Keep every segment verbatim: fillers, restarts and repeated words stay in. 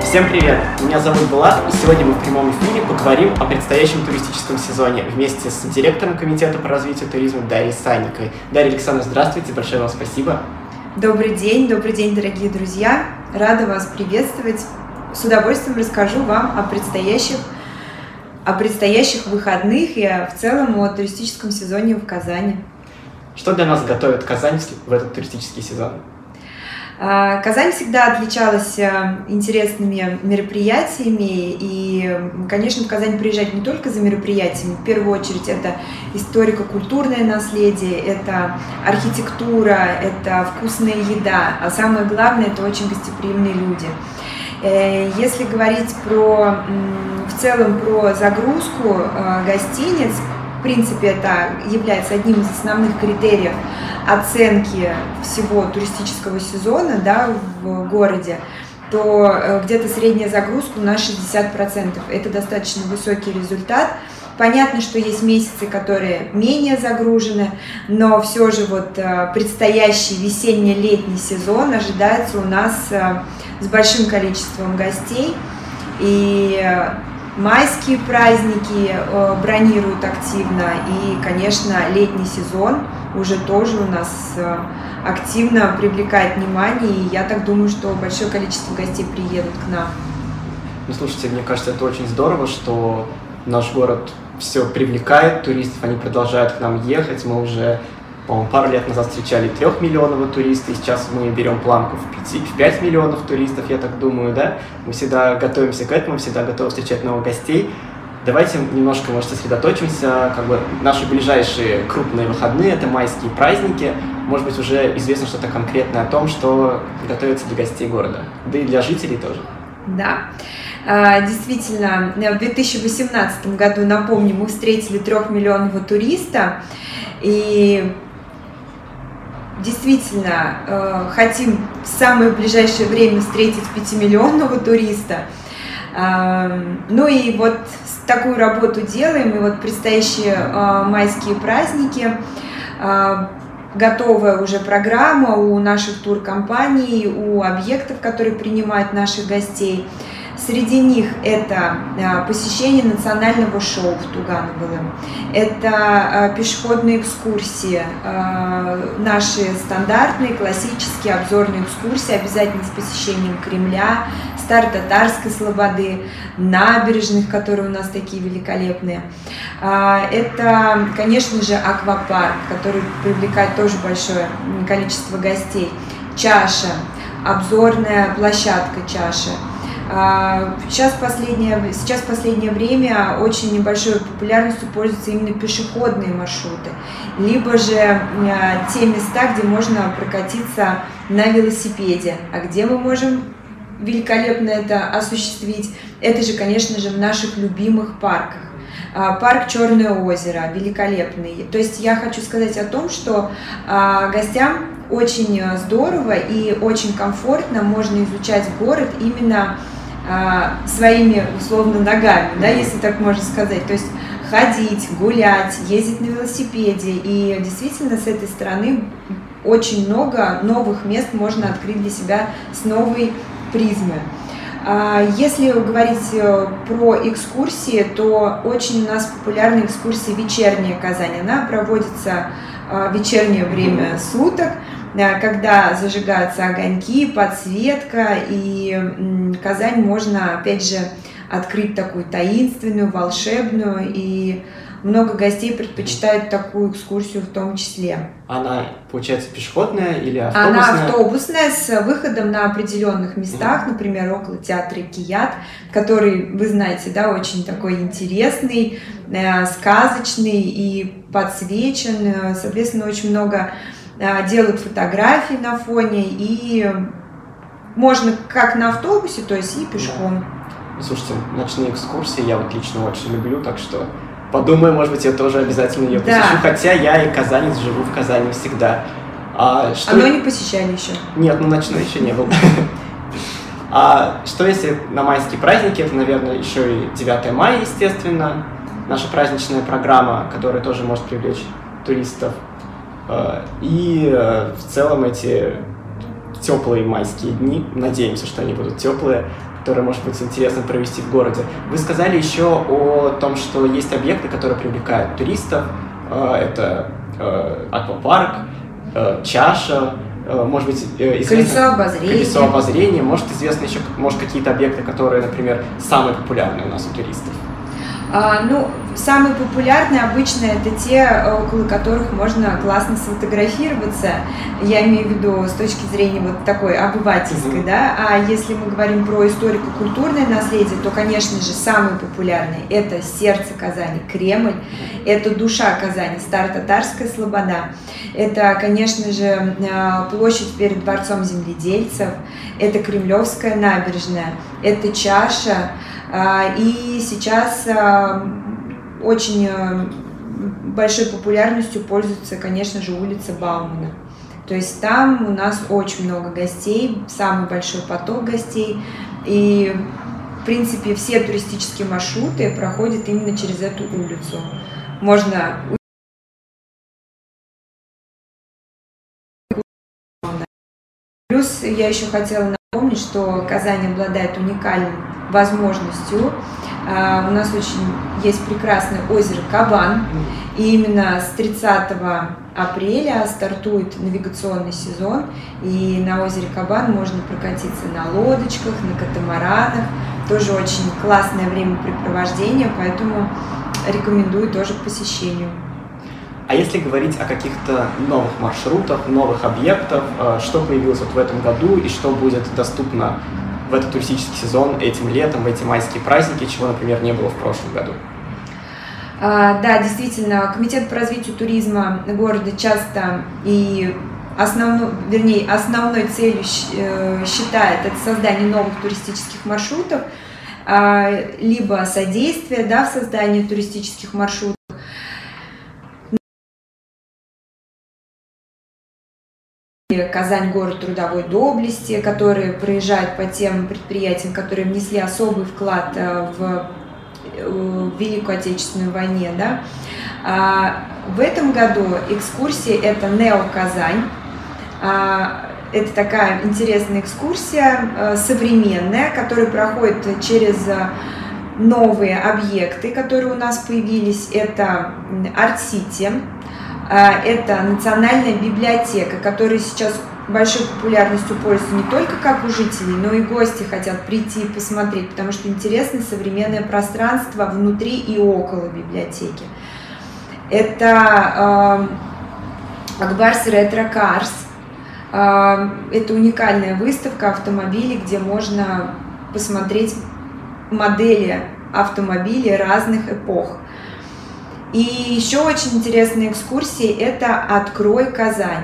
Всем привет! Меня зовут Булат, и сегодня мы в прямом эфире поговорим о предстоящем туристическом сезоне вместе с директором Комитета по развитию туризма Дарьей Санниковой. Дарья Александровна, здравствуйте, большое вам спасибо. Добрый день, добрый день, дорогие друзья! Рада вас приветствовать. С удовольствием расскажу вам о предстоящих, о предстоящих выходных и в целом о туристическом сезоне в Казани. Что для нас готовит Казань в этот туристический сезон? Казань всегда отличалась интересными мероприятиями, и, конечно, в Казань приезжать не только за мероприятиями, в первую очередь это историко-культурное наследие, это архитектура, это вкусная еда, а самое главное – это очень гостеприимные люди. Если говорить про, в целом про загрузку гостиниц, в принципе, это является одним из основных критериев оценки всего туристического сезона, да, в городе, то где-то средняя загрузка у нас шестьдесят процентов. Это достаточно высокий результат. Понятно, что есть месяцы, которые менее загружены, но все же вот предстоящий весенне-летний сезон ожидается у нас с большим количеством гостей. И майские праздники бронируют активно, и, конечно, летний сезон уже тоже у нас активно привлекает внимание, и я так думаю, что большое количество гостей приедут к нам. Ну, слушайте, мне кажется, это очень здорово, что наш город все привлекает туристов, они продолжают к нам ехать. Мы уже, по-моему, пару лет назад встречали трехмиллионного туриста, и сейчас мы берем планку в пять миллионов туристов, я так думаю, да? Мы всегда готовимся к этому, всегда готовы встречать новых гостей. Давайте немножко, может, сосредоточимся, как бы наши ближайшие крупные выходные, это майские праздники. Может быть, уже известно что-то конкретное о том, что готовится для гостей города, да и для жителей тоже. Да, действительно, в две тысячи восемнадцатом году, напомню, мы встретили трехмиллионного туриста, и действительно хотим в самое ближайшее время встретить пятимиллионного туриста. Ну и вот такую работу делаем, и вот предстоящие майские праздники, готовая уже программа у наших туркомпаний, у объектов, которые принимают наших гостей. Среди них это посещение национального шоу в Туганово, это пешеходные экскурсии, наши стандартные классические обзорные экскурсии, обязательно с посещением Кремля, Стар-Татарской слободы, набережных, которые у нас такие великолепные. Это, конечно же, аквапарк, который привлекает тоже большое количество гостей. Чаша, обзорная площадка Чаши. Сейчас последнее, сейчас последнее время очень небольшой популярностью пользуются именно пешеходные маршруты, либо же те места, где можно прокатиться на велосипеде. А где мы можем великолепно это осуществить? Это же, конечно же, в наших любимых парках. Парк Черное озеро, великолепный. То есть я хочу сказать о том, что гостям очень здорово и очень комфортно можно изучать город именно своими, условно, ногами, да, если так можно сказать. То есть ходить, гулять, ездить на велосипеде. И действительно с этой стороны очень много новых мест можно открыть для себя с новой призмы. Если говорить про экскурсии, то очень у нас популярна экскурсия «Вечерняя Казань». Она проводится в вечернее время суток, когда зажигаются огоньки, подсветка, и Казань можно, опять же, открыть такую таинственную, волшебную, и много гостей предпочитают такую экскурсию в том числе. Она, получается, пешеходная или автобусная? Она автобусная, с выходом на определенных местах, mm-hmm. например, около театра Кият, который, вы знаете, да, очень такой интересный, э, сказочный и подсвечен. Соответственно, очень много э, делают фотографий на фоне, и можно как на автобусе, то есть и пешком. Yeah. Слушайте, ночные экскурсии я вот лично очень люблю, так что подумаю, может быть, я тоже обязательно ее посещу, да. Хотя я и казанец, живу в Казани всегда. А, что... А мы не посещали еще? Нет, ну ночной еще не был. А что если на майские праздники, это, наверное, еще и девятое мая, естественно, наша праздничная программа, которая тоже может привлечь туристов. И в целом эти теплые майские дни, надеемся, что они будут теплые, которые, может быть, интересно провести в городе. Вы сказали еще о том, что есть объекты, которые привлекают туристов. Это аквапарк, чаша, может быть, известно... Колесо обозрения. Колесо обозрения. Может, известны еще, может, какие-то объекты, которые, например, самые популярные у нас у туристов? А, ну, самые популярные обычно это те, около которых можно классно сфотографироваться. Я имею в виду с точки зрения вот такой обывательской, mm-hmm. да. А если мы говорим про историко-культурное наследие, то, конечно же, самые популярные это сердце Казани, Кремль, это душа Казани, Старо-Татарская слобода, это, конечно же, площадь перед Дворцом земледельцев, это Кремлевская набережная, это чаша. И сейчас очень большой популярностью пользуется, конечно же, улица Баумана. То есть там у нас очень много гостей, самый большой поток гостей. И, в принципе, все туристические маршруты проходят именно через эту улицу. Можно... Плюс я еще хотела напомнить, что Казань обладает уникальным возможностью. У нас очень есть прекрасное озеро Кабан, и именно с тридцатого апреля стартует навигационный сезон, и на озере Кабан можно прокатиться на лодочках, на катамаранах, тоже очень классное времяпрепровождение, поэтому рекомендую тоже к посещению. А если говорить о каких-то новых маршрутах, новых объектах, что появилось вот в этом году и что будет доступно в этот туристический сезон, этим летом, в эти майские праздники, чего, например, не было в прошлом году? А, да, действительно, Комитет по развитию туризма города часто и основной, вернее, основной целью считает это создание новых туристических маршрутов, либо содействие, да, в создании туристических маршрутов. Казань — город трудовой доблести, которые проезжают по тем предприятиям, которые внесли особый вклад в Великую Отечественную войну. Да. В этом году экскурсия это Нео-Казань. Это такая интересная экскурсия, современная, которая проходит через новые объекты, которые у нас появились. Это Арт-Сити. Это национальная библиотека, которая сейчас большой популярностью пользуется не только как у жителей, но и гости хотят прийти и посмотреть, потому что интересное современное пространство внутри и около библиотеки. Это э, Акбарс Ретро Карс. Э, это уникальная выставка автомобилей, где можно посмотреть модели автомобилей разных эпох. И еще очень интересная экскурсия – это «Открой Казань».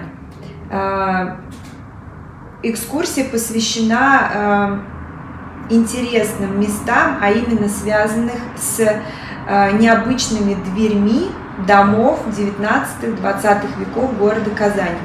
Экскурсия посвящена интересным местам, а именно связанных с необычными дверьми домов девятнадцатого-двадцатого веков города Казани.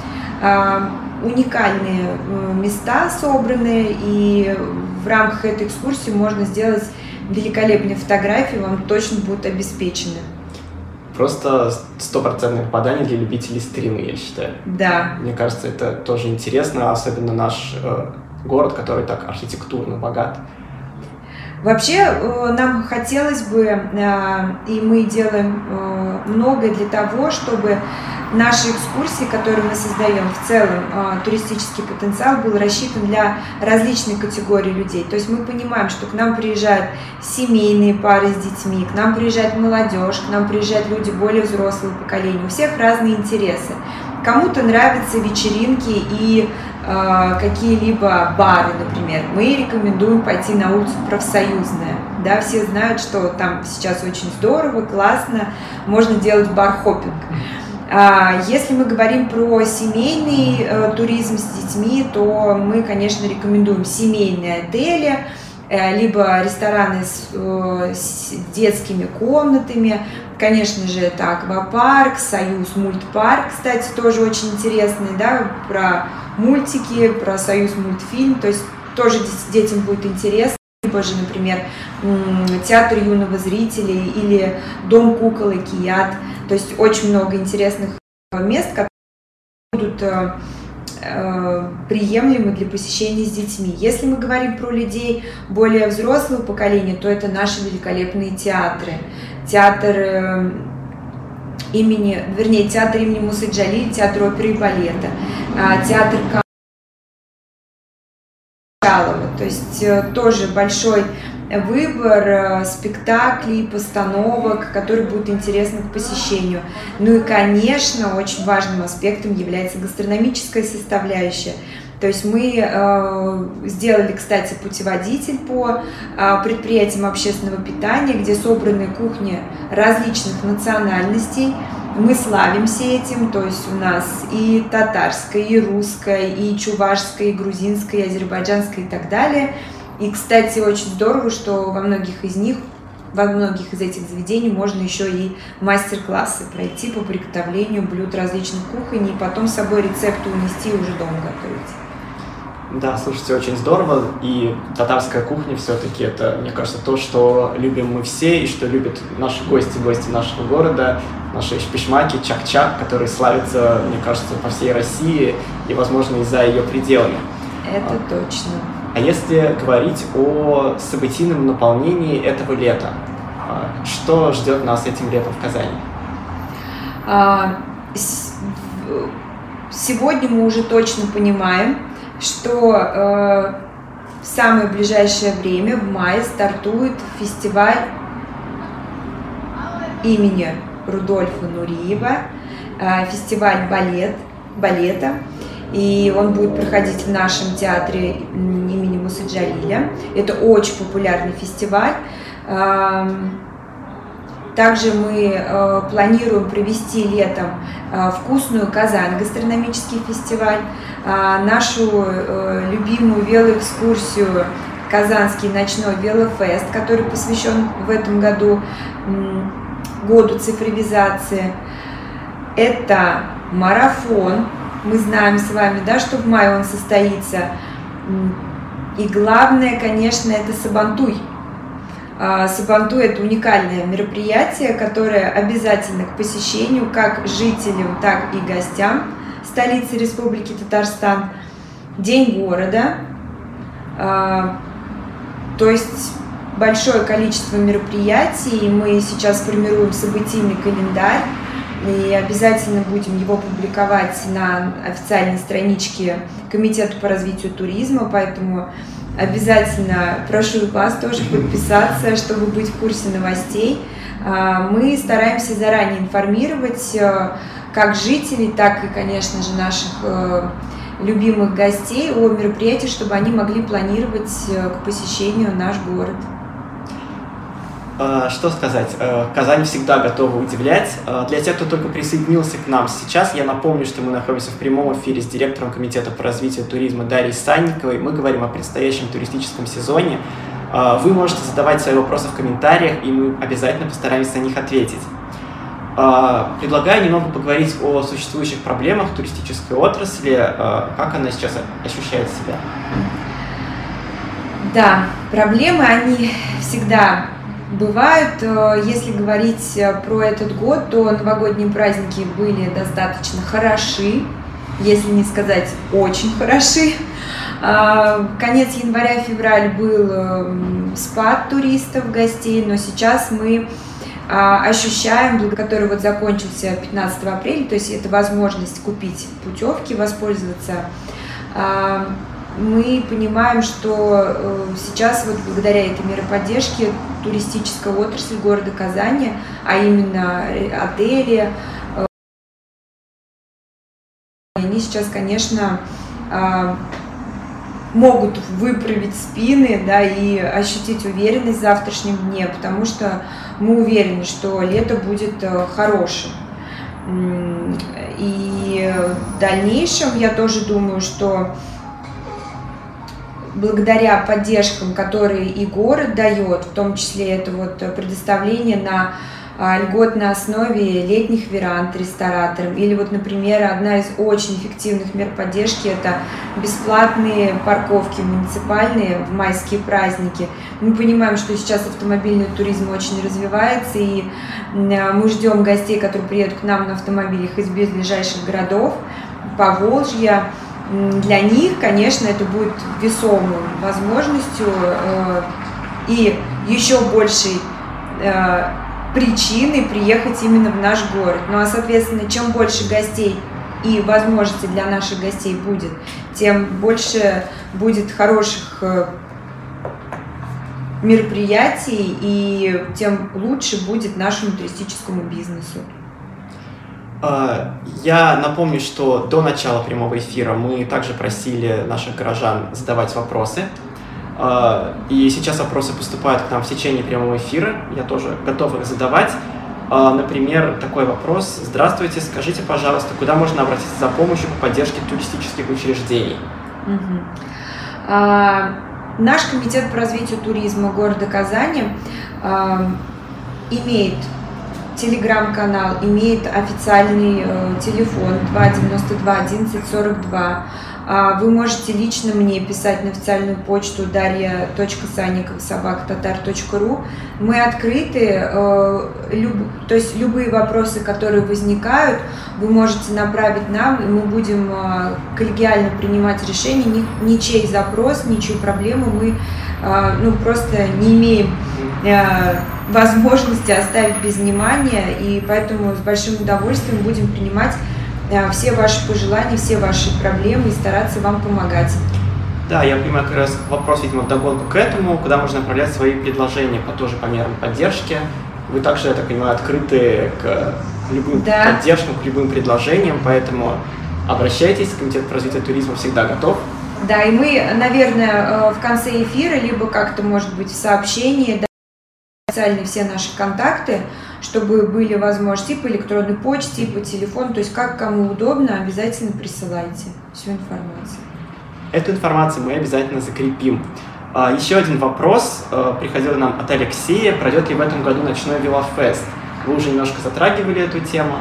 Уникальные места собраны, и в рамках этой экскурсии можно сделать великолепные фотографии, вам точно будут обеспечены. Просто стопроцентное попадание для любителей старины, я считаю. Да. Мне кажется, это тоже интересно, особенно наш э, город, который так архитектурно богат. Вообще, э, нам хотелось бы, э, и мы делаем э, многое для того, чтобы наши экскурсии, которые мы создаем, в целом э, туристический потенциал был рассчитан для различных категорий людей. То есть мы понимаем, что к нам приезжают семейные пары с детьми, к нам приезжает молодежь, к нам приезжают люди более взрослого поколения. У всех разные интересы. Кому-то нравятся вечеринки и э, какие-либо бары, например. Мы рекомендуем пойти на улицу Профсоюзная. Да, все знают, что там сейчас очень здорово, классно, можно делать бар-хоппинг. Если мы говорим про семейный э, туризм с детьми, то мы, конечно, рекомендуем семейные отели, э, либо рестораны с, э, с детскими комнатами. Конечно же, это аквапарк, Союз мультпарк, кстати, тоже очень интересный, да, про мультики, про Союз мультфильм, то есть тоже детям будет интересно. Либо же, например, театр юного зрителя или дом кукол и Кият. То есть очень много интересных мест, которые будут приемлемы для посещения с детьми. Если мы говорим про людей более взрослого поколения, то это наши великолепные театры. Театр имени, вернее, театр имени Мусы Джалиль, театр оперы и балета, театр Калова. То есть тоже большой выбор спектаклей, постановок, которые будут интересны к посещению. Ну и, конечно, очень важным аспектом является гастрономическая составляющая. То есть мы э, сделали, кстати, путеводитель по э, предприятиям общественного питания, где собраны кухни различных национальностей. Мы славимся этим, то есть у нас и татарская, и русская, и чувашская, и грузинская, и азербайджанская и так далее. И, кстати, очень здорово, что во многих из них, во многих из этих заведений можно еще и мастер-классы пройти по приготовлению блюд различных кухонь и потом с собой рецепты унести и уже дома готовить. Да, слушайте, очень здорово. И татарская кухня все-таки это, мне кажется, то, что любим мы все и что любят наши гости, гости нашего города, наши шпишмаки, чак-чак, которые славятся, мне кажется, по всей России и, возможно, и за ее пределами. Это точно. А если говорить о событийном наполнении этого лета, что ждет нас этим летом в Казани? А, сегодня мы уже точно понимаем, что э, в самое ближайшее время, в мае, стартует фестиваль имени Рудольфа Нуриева, э, фестиваль балет, балета. И он будет проходить в нашем театре имени Мусы Джалиля. Это очень популярный фестиваль. Также мы планируем провести летом вкусную Казань, гастрономический фестиваль, нашу любимую велоэкскурсию, Казанский ночной велофест, который посвящен в этом году году цифровизации. Это марафон. Мы знаем с вами, да, что в мае он состоится. И главное, конечно, это Сабантуй. Сабантуй – это уникальное мероприятие, которое обязательно к посещению как жителям, так и гостям столицы Республики Татарстан. День города. То есть большое количество мероприятий. Мы сейчас формируем событийный календарь. И обязательно будем его публиковать на официальной страничке Комитета по развитию туризма, поэтому обязательно прошу вас тоже подписаться, чтобы быть в курсе новостей. Мы стараемся заранее информировать как жителей, так и, конечно же, наших любимых гостей о мероприятии, чтобы они могли планировать к посещению наш город. Что сказать, Казань всегда готова удивлять. Для тех, кто только присоединился к нам сейчас, я напомню, что мы находимся в прямом эфире с директором Комитета по развитию туризма Дарьей Санниковой. Мы говорим о предстоящем туристическом сезоне. Вы можете задавать свои вопросы в комментариях, и мы обязательно постараемся на них ответить. Предлагаю немного поговорить о существующих проблемах туристической отрасли, как она сейчас ощущает себя. Да, проблемы, они всегда бывают. Если говорить про этот год, то новогодние праздники были достаточно хороши, если не сказать очень хороши. Конец января-февраль был спад туристов, гостей, но сейчас мы ощущаем, который вот закончился пятнадцатого апреля, то есть это возможность купить путевки, воспользоваться. Мы понимаем, что сейчас вот благодаря этой мере поддержки туристическая отрасль города Казани, а именно отели, они сейчас, конечно, могут выправить спины, да, и ощутить уверенность в завтрашнем дне, потому что мы уверены, что лето будет хорошим. И в дальнейшем я тоже думаю, что благодаря поддержкам, которые и город дает, в том числе это вот предоставление на льготной основе летних веранд рестораторам, или вот, например, одна из очень эффективных мер поддержки – это бесплатные парковки муниципальные в майские праздники. Мы понимаем, что сейчас автомобильный туризм очень развивается, и мы ждем гостей, которые приедут к нам на автомобилях из ближайших городов, Поволжья. для них, конечно, это будет весомой возможностью и еще большей причиной приехать именно в наш город. Ну а, соответственно, чем больше гостей и возможностей для наших гостей будет, тем больше будет хороших мероприятий и тем лучше будет нашему туристическому бизнесу. Я напомню, что до начала прямого эфира мы также просили наших горожан задавать вопросы. И сейчас вопросы поступают к нам в течение прямого эфира. Я тоже готов их задавать. Например, такой вопрос. Здравствуйте, скажите, пожалуйста, куда можно обратиться за помощью по поддержке туристических учреждений? Угу. А, наш комитет по развитию туризма города Казани а, имеет телеграм-канал, имеет официальный э, телефон два девяносто два одиннадцать сорок два. А вы можете лично мне писать на официальную почту дарья точка санникова собака татар точка ру. Мы открыты, э, люб, то есть любые вопросы, которые возникают, вы можете направить нам, и мы будем э, коллегиально принимать решение. Ни, ничей запрос, ничью проблему мы э, ну, просто не имеем э, возможности оставить без внимания, и поэтому с большим удовольствием будем принимать все ваши пожелания, все ваши проблемы и стараться вам помогать. Да, я понимаю, как раз вопрос, видимо, вдогонку к этому, куда можно направлять свои предложения по тоже по мерам поддержки. Вы также, я так понимаю, открыты к любым да. поддержкам, к любым предложениям, поэтому обращайтесь, комитет по развитию туризма всегда готов. Да, и мы, наверное, в конце эфира, либо как-то, может быть, в сообщении, да, официальные все наши контакты, чтобы были возможности и по электронной почте, и по телефону, то есть как кому удобно, обязательно присылайте всю информацию. Эту информацию мы обязательно закрепим. Еще один вопрос приходил нам от Алексея. Пройдет ли в этом году ночной велофест? Вы уже немножко затрагивали эту тему.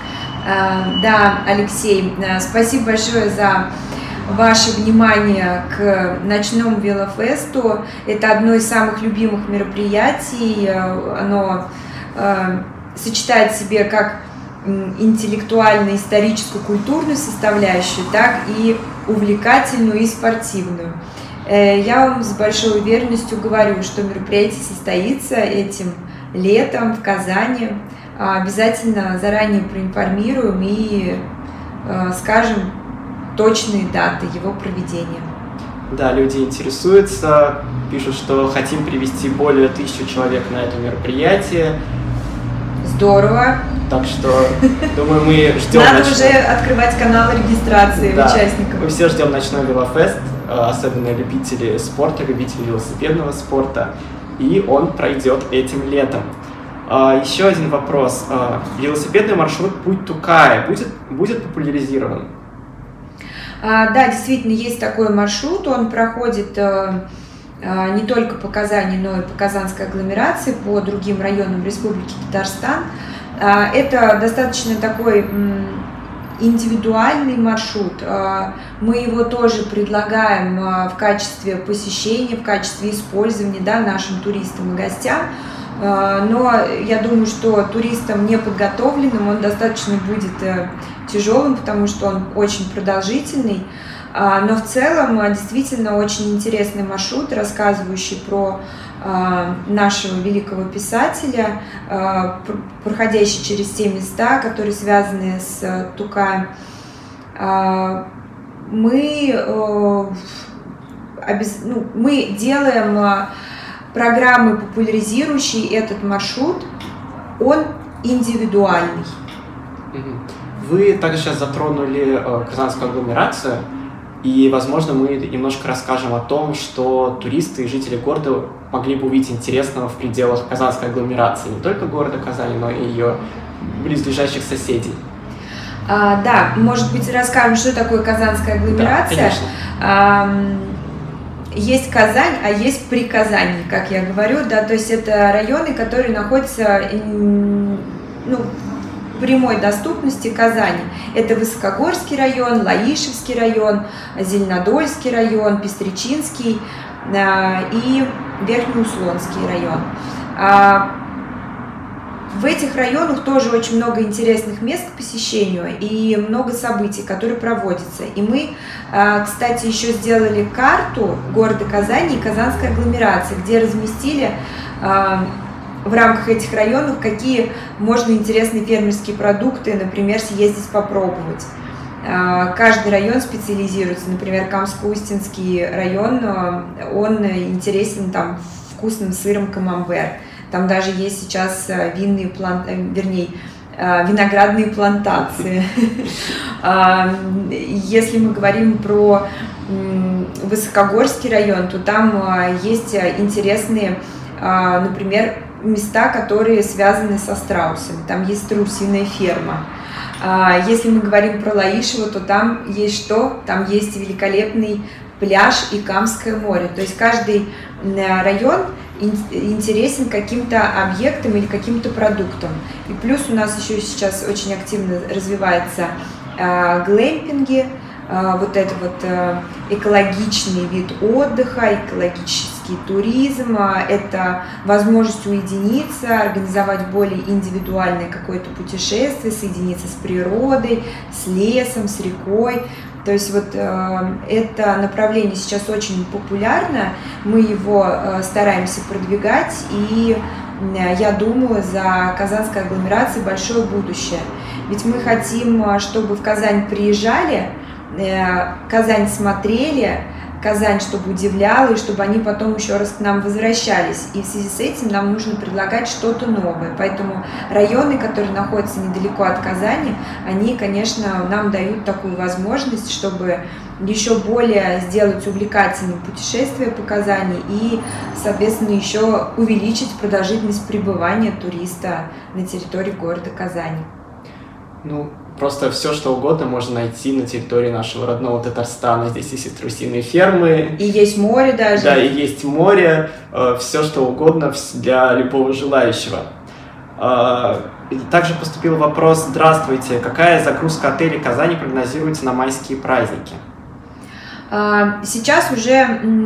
Да, Алексей, спасибо большое за ваше внимание к ночному велофесту. Это одно из самых любимых мероприятий. Оно э, сочетает в себе как интеллектуальную, историческую, культурную составляющую, так и увлекательную и спортивную. Э, я вам с большой уверенностью говорю, что мероприятие состоится этим летом в Казани. Обязательно заранее проинформируем и э, скажем точные даты его проведения. Да, люди интересуются, пишут, что хотим привести более тысячи человек на это мероприятие. Здорово. Так что, думаю, мы ждем... Надо ночной... уже открывать канал регистрации да, участников. Мы все ждем ночной велофест, особенно любители спорта, любители велосипедного спорта, и он пройдет этим летом. Еще один вопрос. Велосипедный маршрут «Путь Тукая» будет, будет популяризирован? А, да, действительно, есть такой маршрут, он проходит а, а, не только по Казани, но и по Казанской агломерации, по другим районам Республики Татарстан. А, это достаточно такой м, индивидуальный маршрут. А, мы его тоже предлагаем а, в качестве посещения, в качестве использования, да, нашим туристам и гостям. Но я думаю, что туристам неподготовленным он достаточно будет тяжелым, потому что он очень продолжительный. Но в целом действительно очень интересный маршрут, рассказывающий про нашего великого писателя, проходящий через те места, которые связаны с Тукаем. Мы, ну, мы делаем программы, популяризирующие этот маршрут, он индивидуальный. Вы также сейчас затронули э, Казанскую агломерацию, и, возможно, мы немножко расскажем о том, что туристы и жители города могли бы увидеть интересного в пределах Казанской агломерации, не только города Казани, но и ее близлежащих соседей. А, да, может быть, расскажем, что такое Казанская агломерация. Да, конечно. А, Есть Казань, а есть Приказание, как я говорю, да, то есть это районы, которые находятся, ну, в прямой доступности Казани. Это Высокогорский район, Лаишевский район, Зеленодольский район, Пестричинский э, и Верхнеуслонский район. А В этих районах тоже очень много интересных мест к посещению и много событий, которые проводятся. И мы, кстати, еще сделали карту города Казани и Казанской агломерации, где разместили в рамках этих районов, какие можно интересные фермерские продукты, например, съездить попробовать. Каждый район специализируется, например, Камско-Устинский район, он интересен там вкусным сыром камамбер. Там даже есть сейчас винные плант... вернее, виноградные плантации. Если мы говорим про Высокогорский район, то там есть интересные, например, места, которые связаны со страусами. Там есть страусиная ферма. Если мы говорим про Лаишево, то там есть что? Там есть великолепный пляж и Камское море. То есть каждый район интересен каким-то объектом или каким-то продуктом. И плюс у нас еще сейчас очень активно развиваются глэмпинги, вот это вот экологичный вид отдыха, экологический туризм, это возможность уединиться, организовать более индивидуальное какое-то путешествие, соединиться с природой, с лесом, с рекой. То есть вот это направление сейчас очень популярно, мы его стараемся продвигать, и я думаю, за Казанской агломерацией большое будущее. Ведь мы хотим, чтобы в Казань приезжали, Казань смотрели, Казань, чтобы удивляла, и чтобы они потом еще раз к нам возвращались. И в связи с этим нам нужно предлагать что-то новое. Поэтому районы, которые находятся недалеко от Казани, они, конечно, нам дают такую возможность, чтобы еще более сделать увлекательным путешествие по Казани и, соответственно, еще увеличить продолжительность пребывания туриста на территории города Казани. Ну, просто все, что угодно можно найти на территории нашего родного Татарстана. Здесь есть и страусиные фермы. И есть море даже. Да, и есть море. Все, что угодно для любого желающего. Также поступил вопрос. Здравствуйте. Какая загрузка отелей Казани прогнозируется на майские праздники? Сейчас уже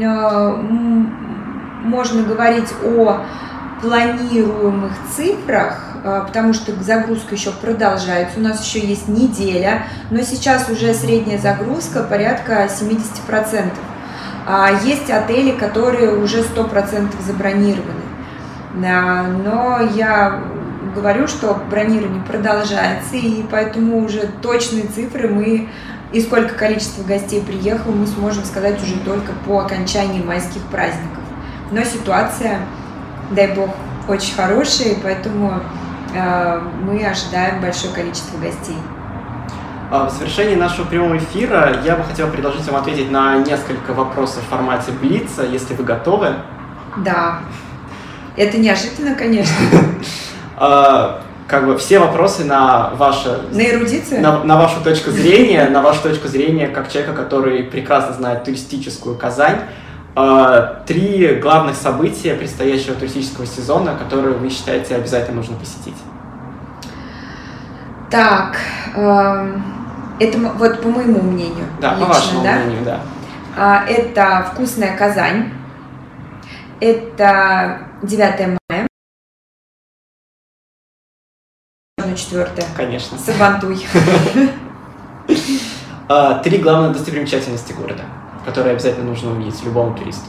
можно говорить о планируемых цифрах, потому что загрузка еще продолжается, у нас еще есть неделя, но сейчас уже средняя загрузка порядка семьдесят процентов. Есть отели, которые уже сто процентов забронированы, но я говорю, что бронирование продолжается, и поэтому уже точные цифры мы и сколько количество гостей приехало, мы сможем сказать уже только по окончании майских праздников. Но ситуация, дай бог, очень хорошая, поэтому э, мы ожидаем большое количество гостей. В завершении нашего прямого эфира я бы хотел предложить вам ответить на несколько вопросов в формате Блица, если вы готовы. Да, это неожиданно, конечно. Как бы все вопросы на ваше... На эрудицию? На, на вашу точку зрения, на вашу точку зрения, как человека, который прекрасно знает туристическую Казань. Три главных события предстоящего туристического сезона, которые вы считаете обязательно нужно посетить. Так, э, это вот по моему мнению. Да, лично, по вашему да? мнению, да. Это вкусная Казань, это девятое мая, четвёртое. Конечно. Сабантуй. Три главные достопримечательности города, которые обязательно нужно увидеть любому туристу.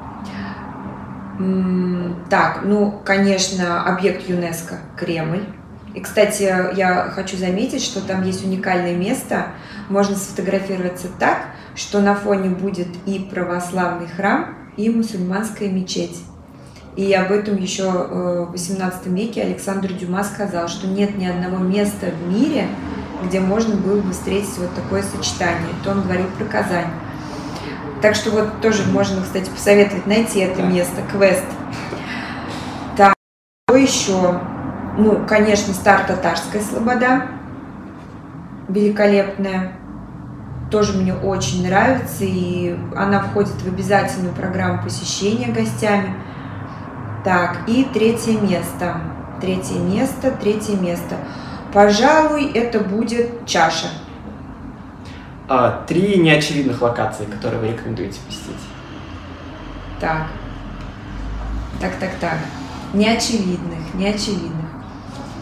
Так, ну, конечно, объект ЮНЕСКО Кремль. И, кстати, я хочу заметить, что там есть уникальное место. Можно сфотографироваться так, что на фоне будет и православный храм, и мусульманская мечеть. И об этом еще в восемнадцатом веке Александр Дюма сказал, что нет ни одного места в мире, где можно было бы встретить вот такое сочетание. Это он говорил про Казань. Так что вот тоже можно, кстати, посоветовать найти это место, квест. Так, что еще? Ну, конечно, Стар-Татарская слобода, великолепная. Тоже мне очень нравится, и она входит в обязательную программу посещения гостями. Так, и третье место. Третье место, третье место. Пожалуй, это будет Чаша. А, три неочевидных локации, которые вы рекомендуете посетить. Так. Так, так, так. Неочевидных, неочевидных.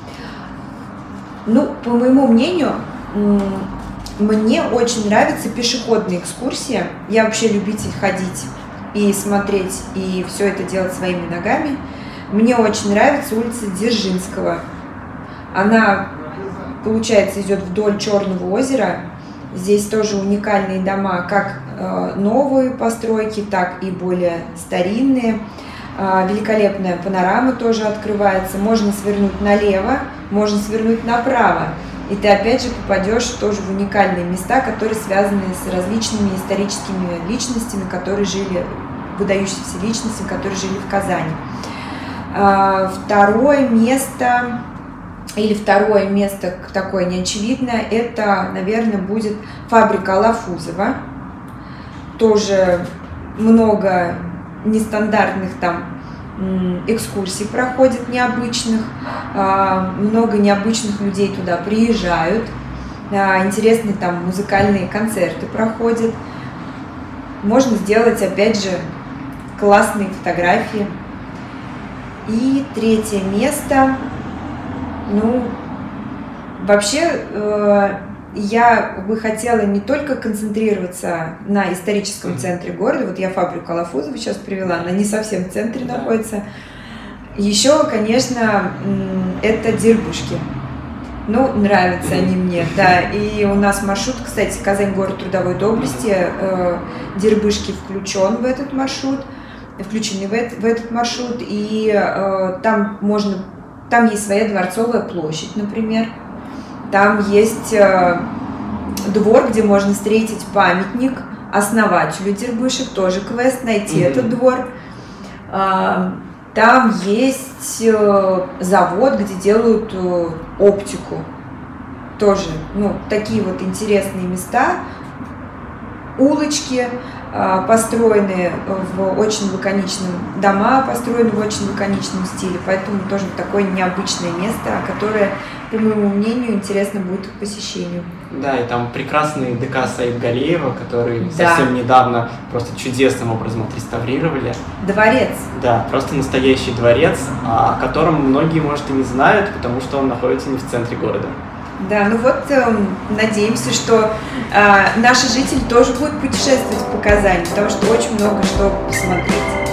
Ну, по моему мнению, мне очень нравятся пешеходные экскурсии. Я вообще любитель ходить и смотреть, и все это делать своими ногами. Мне очень нравится улица Дзержинского. Она, получается, идет вдоль Черного озера. Здесь тоже уникальные дома, как новые постройки, так и более старинные. Великолепная панорама тоже открывается. Можно свернуть налево, можно свернуть направо. И ты опять же попадешь тоже в уникальные места, которые связаны с различными историческими личностями, которые жили, выдающимися личностями, которые жили в Казани. Второе место, или второе место такое неочевидное, это, наверное, будет фабрика Алафузова. Тоже много нестандартных там экскурсий проходит, необычных, много необычных людей туда приезжают, интересные там музыкальные концерты проходят, можно сделать опять же классные фотографии. И третье место, ну вообще я бы хотела не только концентрироваться на историческом mm-hmm. центре города, вот я фабрику Алафузова сейчас привела, она не совсем в центре да. находится. Еще, конечно, это Дербышки. Ну, нравятся mm-hmm. они мне, да. И у нас маршрут, кстати, Казань, город трудовой доблести, э, Дербышки включен в этот маршрут, включены в, это, в этот маршрут, и э, там можно, там есть своя Дворцовая площадь, например. Там есть э, двор, где можно встретить памятник основателю Дербышек, тоже квест, найти mm-hmm. этот двор. Э, там есть э, завод, где делают э, оптику. Тоже, ну, такие вот интересные места. Улочки э, построены в очень лаконичном, дома построены в очень лаконичном стиле, поэтому тоже такое необычное место, которое, по моему мнению, интересно будет к посещению. Да, и там прекрасный ДК Саид Галеева, который да. совсем недавно просто чудесным образом отреставрировали. Дворец. Да, просто настоящий дворец, о котором многие, может, и не знают, потому что он находится не в центре города. Да, ну вот э, надеемся, что э, наши жители тоже будут путешествовать по Казани, потому что очень много что посмотреть.